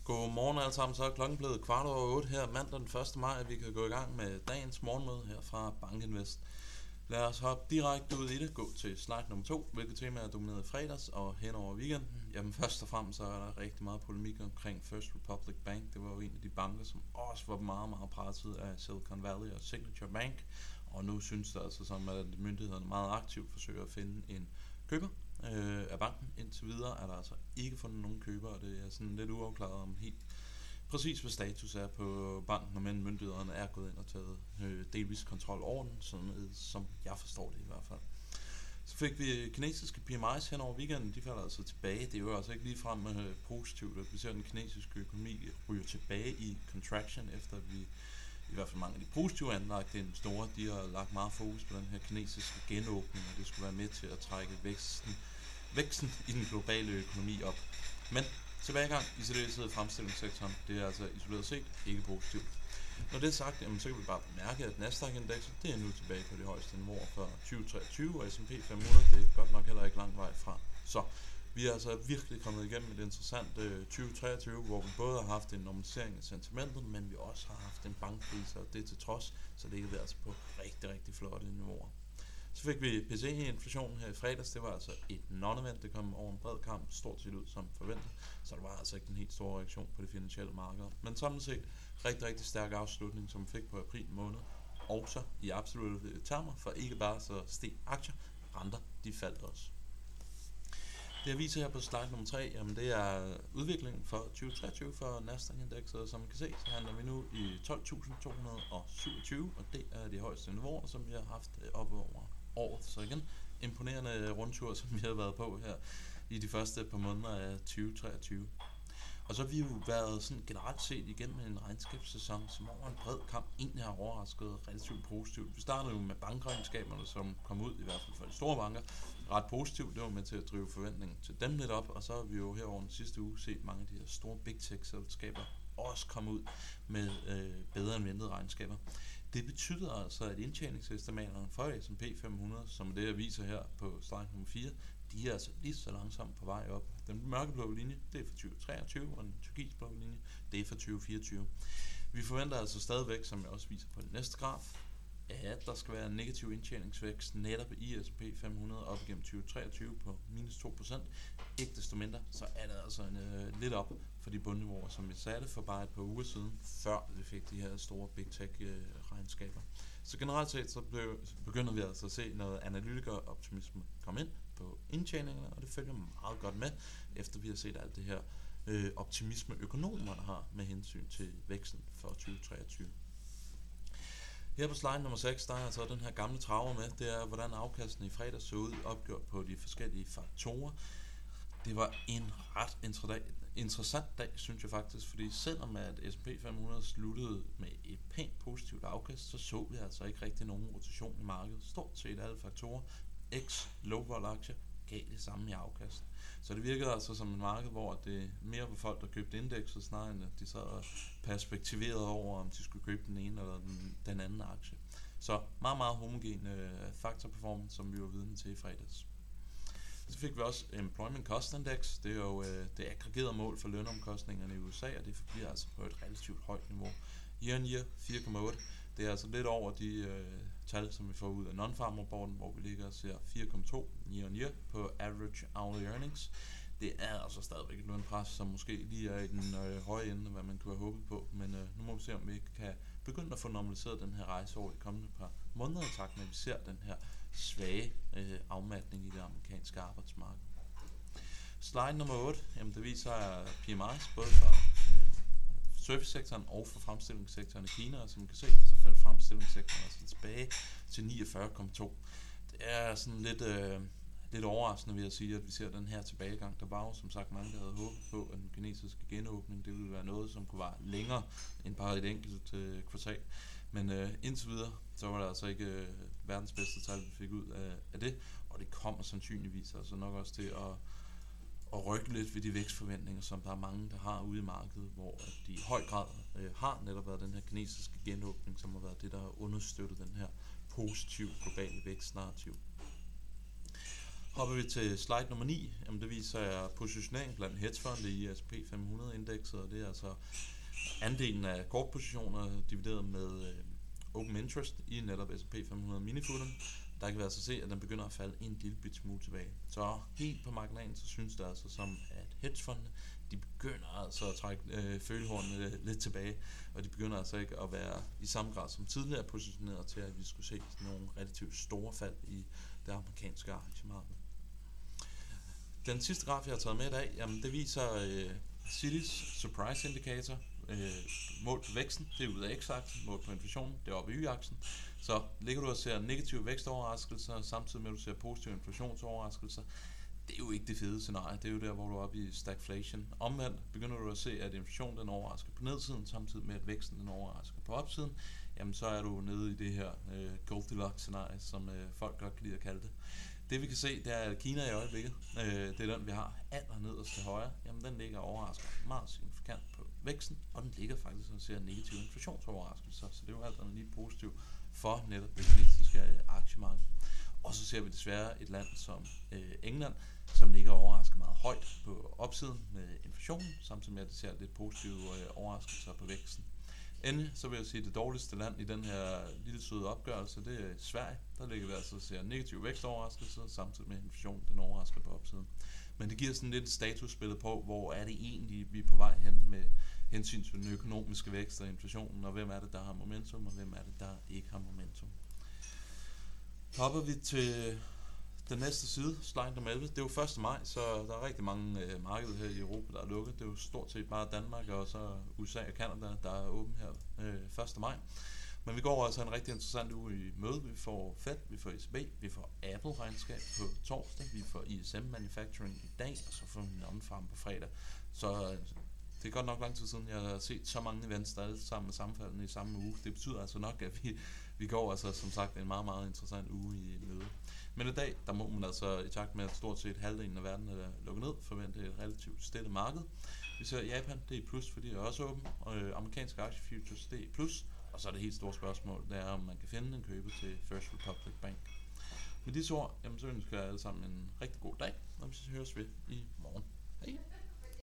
Godmorgen alle sammen, så er klokken blevet 7:15 her mandag den 1. maj, at vi kan gå i gang med dagens morgenmøde her fra BankInvest. Lad os hoppe direkte ud i det, gå til slide nummer 2, hvilket tema er domineret i fredags og hen over weekenden. Jamen først og fremmest så er der rigtig meget polemik omkring First Republic Bank. Det var jo en af de banker, som også var meget, meget presset af Silicon Valley og Signature Bank. Og nu synes det altså som, at myndighederne meget aktivt forsøger at finde en køber af banken. Indtil videre er der altså ikke fundet nogen køber, og det er sådan lidt uafklaret om helt præcis hvad status er på banken, men myndighederne er gået ind og taget delvis kontrol over den, sådan som jeg forstår det i hvert fald. Så fik vi kinesiske PMI's hen over weekenden, de falder altså tilbage. Det er jo altså ikke ligefrem positivt, at vi ser den kinesiske økonomi ryger tilbage i contraction, efter at vi i hvert fald mange af de positive anlagte investorer, de har lagt meget fokus på den her kinesiske genåbning, og det skulle være med til at trække væksten i den globale økonomi op. Men tilbagegang i særdeleshed fremstillingssektoren, det er altså isoleret set ikke positivt. Når det er sagt, jamen, så kan vi bare bemærke, at Nasdaq-indekset det er nu tilbage på de højeste niveauer for 2023, og S&P 500 det er godt nok heller ikke lang vej fra. Så vi er altså virkelig kommet igennem et interessant 2023, hvor vi både har haft en normalisering af sentimentet, men vi også har haft en bankkrise, og det til trods, så ligger vi altså på rigtig, rigtig flotte niveauer. Så fik vi PCE-inflationen her i fredags, det var altså et non-event, det kom over en bred kamp, stort set ud som forventet, så der var altså ikke en helt stor reaktion på de finansielle markeder. Men samlet set, rigtig, rigtig stærk afslutning, som vi fik på april måned, også i absolutte termer, for ikke bare så steg aktier, renter, de faldt også. Det jeg viser her på slide nummer 3, jamen det er udviklingen for 2023 for Nasdaq-indekset, og som man kan se, så handler vi nu i 12.227, og det er de højeste niveauer, som vi har haft op over året. Så igen, imponerende rundtur, som vi har været på her i de første par måneder af 2023. Og så har vi jo været sådan generelt set igennem en regnskabssæson, som over en bred kamp egentlig har overrasket relativt positivt. Vi startede jo med bankregnskaberne, som kom ud, i hvert fald for de store banker, ret positivt. Det var med til at drive forventningen til dem lidt op, og så har vi jo her over den sidste uge set mange af de her store big tech-selskaber også komme ud med bedre end ventede regnskaber. Det betyder altså, at indtjeningsestimaterne for S&P 500, som det jeg viser her på slide nummer 4, de er altså lige så langsomt på vej op. Den mørkeblå linje, det er for 2023, og den turkisblå linje, det er for 2024. Vi forventer altså stadigvæk, som jeg også viser på den næste graf, at der skal være en negativ indtjeningsvækst netop i S&P 500 op igennem 2023 på minus 2%. Ikke desto mindre, så er det altså lidt op for de bundniveauer, som vi satte for bare et par uger siden, før vi fik de her store big tech regnskaber. Så generelt set så begynder vi altså at se noget analytikeroptimisme komme ind på indtjeningerne, og det følger meget godt med, efter vi har set alt det her optimisme økonomerne har med hensyn til væksten for 2023. Her på slide nummer 6, der er altså den her gamle traver med, det er hvordan afkasten i fredags så ud, opgjort på de forskellige faktorer. Det var en ret interessant dag, synes jeg faktisk, fordi selvom at S&P 500 sluttede med et pænt positivt afkast, så vi altså ikke rigtig nogen rotation i markedet. Stort set alle faktorer, x low-vol aktier, gav det samme i afkast. Så det virkede altså som et marked, hvor det mere var folk, der købte indekset, snarere end at de sad og perspektiverede over, om de skulle købe den ene eller den anden aktie. Så meget, meget homogen faktorperformance, som vi var vidne til i fredags. Så fik vi også Employment Cost Index. Det er jo det aggregerede mål for lønomkostningerne i USA, og det forbliver altså på et relativt højt niveau. Year on year 4,8. Det er altså lidt over de tal, som vi får ud af non-farm-rapporten, hvor vi ligger og ser 4,2 year on year på average hourly earnings. Det er altså stadigvæk et lønpres, som måske lige er i den høje ende, hvad man kunne have håbet på, men nu må vi se, om vi ikke kan begynde at få normaliseret den her rejse over de kommende par måneder, i takt med, at vi ser den her svage afmatning i det amerikanske arbejdsmarked. Slide nummer 8, jamen det viser PMI's både fra servicesektoren og for fremstillingssektoren i Kina, og som man kan se, så faldt fremstillingssektoren altså tilbage til 49,2. Det er sådan lidt overraskende ved at sige, at vi ser den her tilbagegang. Der var jo som sagt mange, der havde håbet på, at den kinesiske genåbning, det ville være noget, som kunne vare længere end bare et enkelt kvartal. Men indtil videre, så var der altså ikke verdens bedste tal, vi fik ud af det, og det kommer sandsynligvis altså nok også til at rykke lidt ved de vækstforventninger, som der er mange, der har ude i markedet, hvor de i høj grad har netop været den her kinesiske genåbning, som har været det, der har understøttet den her positive globale vækstnarrativ. Hopper vi til slide nummer 9, jamen det viser jeg positionering blandt hedgefonde i S&P 500-indekset, og det er altså andelen af kortpositioner divideret med open interest i netop S&P 500 minifuteren. Der kan vi altså se, at den begynder at falde en lille bit smule tilbage. Så helt på marginalen, så synes det altså som, at hedgefondene, de begynder altså at trække følehornene lidt tilbage, og de begynder altså ikke at være i samme grad som tidligere positioneret til, at vi skulle se nogle relativt store fald i det amerikanske aktiemarked. Den sidste graf, jeg har taget med i dag, jamen det viser Cities Surprise Indicator, mål på væksten, det er ud af X-aksen, mål på inflationen, det er oppe i Y-aksen. Så ligger du og ser negative vækstoverraskelser, samtidig med at du ser positive inflationsoverraskelser, det er jo ikke det fede scenarie, det er jo der, hvor du er oppe i stagflation. Omvendt begynder du at se, at inflationen den overrasker på nedsiden, samtidig med at væksten den overrasker på opsiden, jamen så er du nede i det her Goldilocks scenarie, som folk godt kan lide at kalde det. Det vi kan se, det er, at Kina i øjeblikket, det er den vi har allernederst til højre, jamen den ligger overrasker meget signifikant på væksten, og den ligger faktisk og ser negative inflationsoverraskelser, så det er jo alt andet lige positivt for netop det kinesiske aktiemarked. Og så ser vi desværre et land som England, som ligger overrasket meget højt på opsiden med inflationen, samtidig med at det ser lidt positive overraskelser på væksten. Endelig så vil jeg sige, at det dårligste land i den her lille søde opgørelse, det er Sverige. Der ligger vi altså og ser negativ vækstoverraskelser, samtidig med inflationen, den overrasker på opsiden. Men det giver sådan lidt et statusbillede på, hvor er det egentlig, vi er på vej hen med hensyn til den økonomiske vækst og inflationen, og hvem er det, der har momentum, og hvem er det, der ikke har momentum. Hopper vi til den næste side, slide nummer 11. Det er jo 1. maj, så der er rigtig mange markeder her i Europa, der er lukket. Det er jo stort set bare Danmark og så USA og Canada, der er åben her 1. maj. Men vi går altså en rigtig interessant uge i møde. Vi får Fed, vi får ECB, vi får Apple-regnskab på torsdag, vi får ISM Manufacturing i dag, og så får vi Non-Farm på fredag. Så det er godt nok lang tid siden, jeg har set så mange events, der alle sammen med sammenfaldende i samme uge. Det betyder altså nok, at vi går altså som sagt en meget, meget interessant uge i møde. Men i dag, der må man altså i takt med, at stort set halvdelen af verden er lukket ned, forvente et relativt stille marked. Vi ser Japan, det er i plus, fordi det er også åben, og amerikanske aktiefutures, det er i plus. Og så er det helt store spørgsmål, det er, om man kan finde en køber til First Republic Bank. Med disse ord, jamen, så ønsker jeg alle sammen en rigtig god dag, og vi høres ved i morgen. Hej!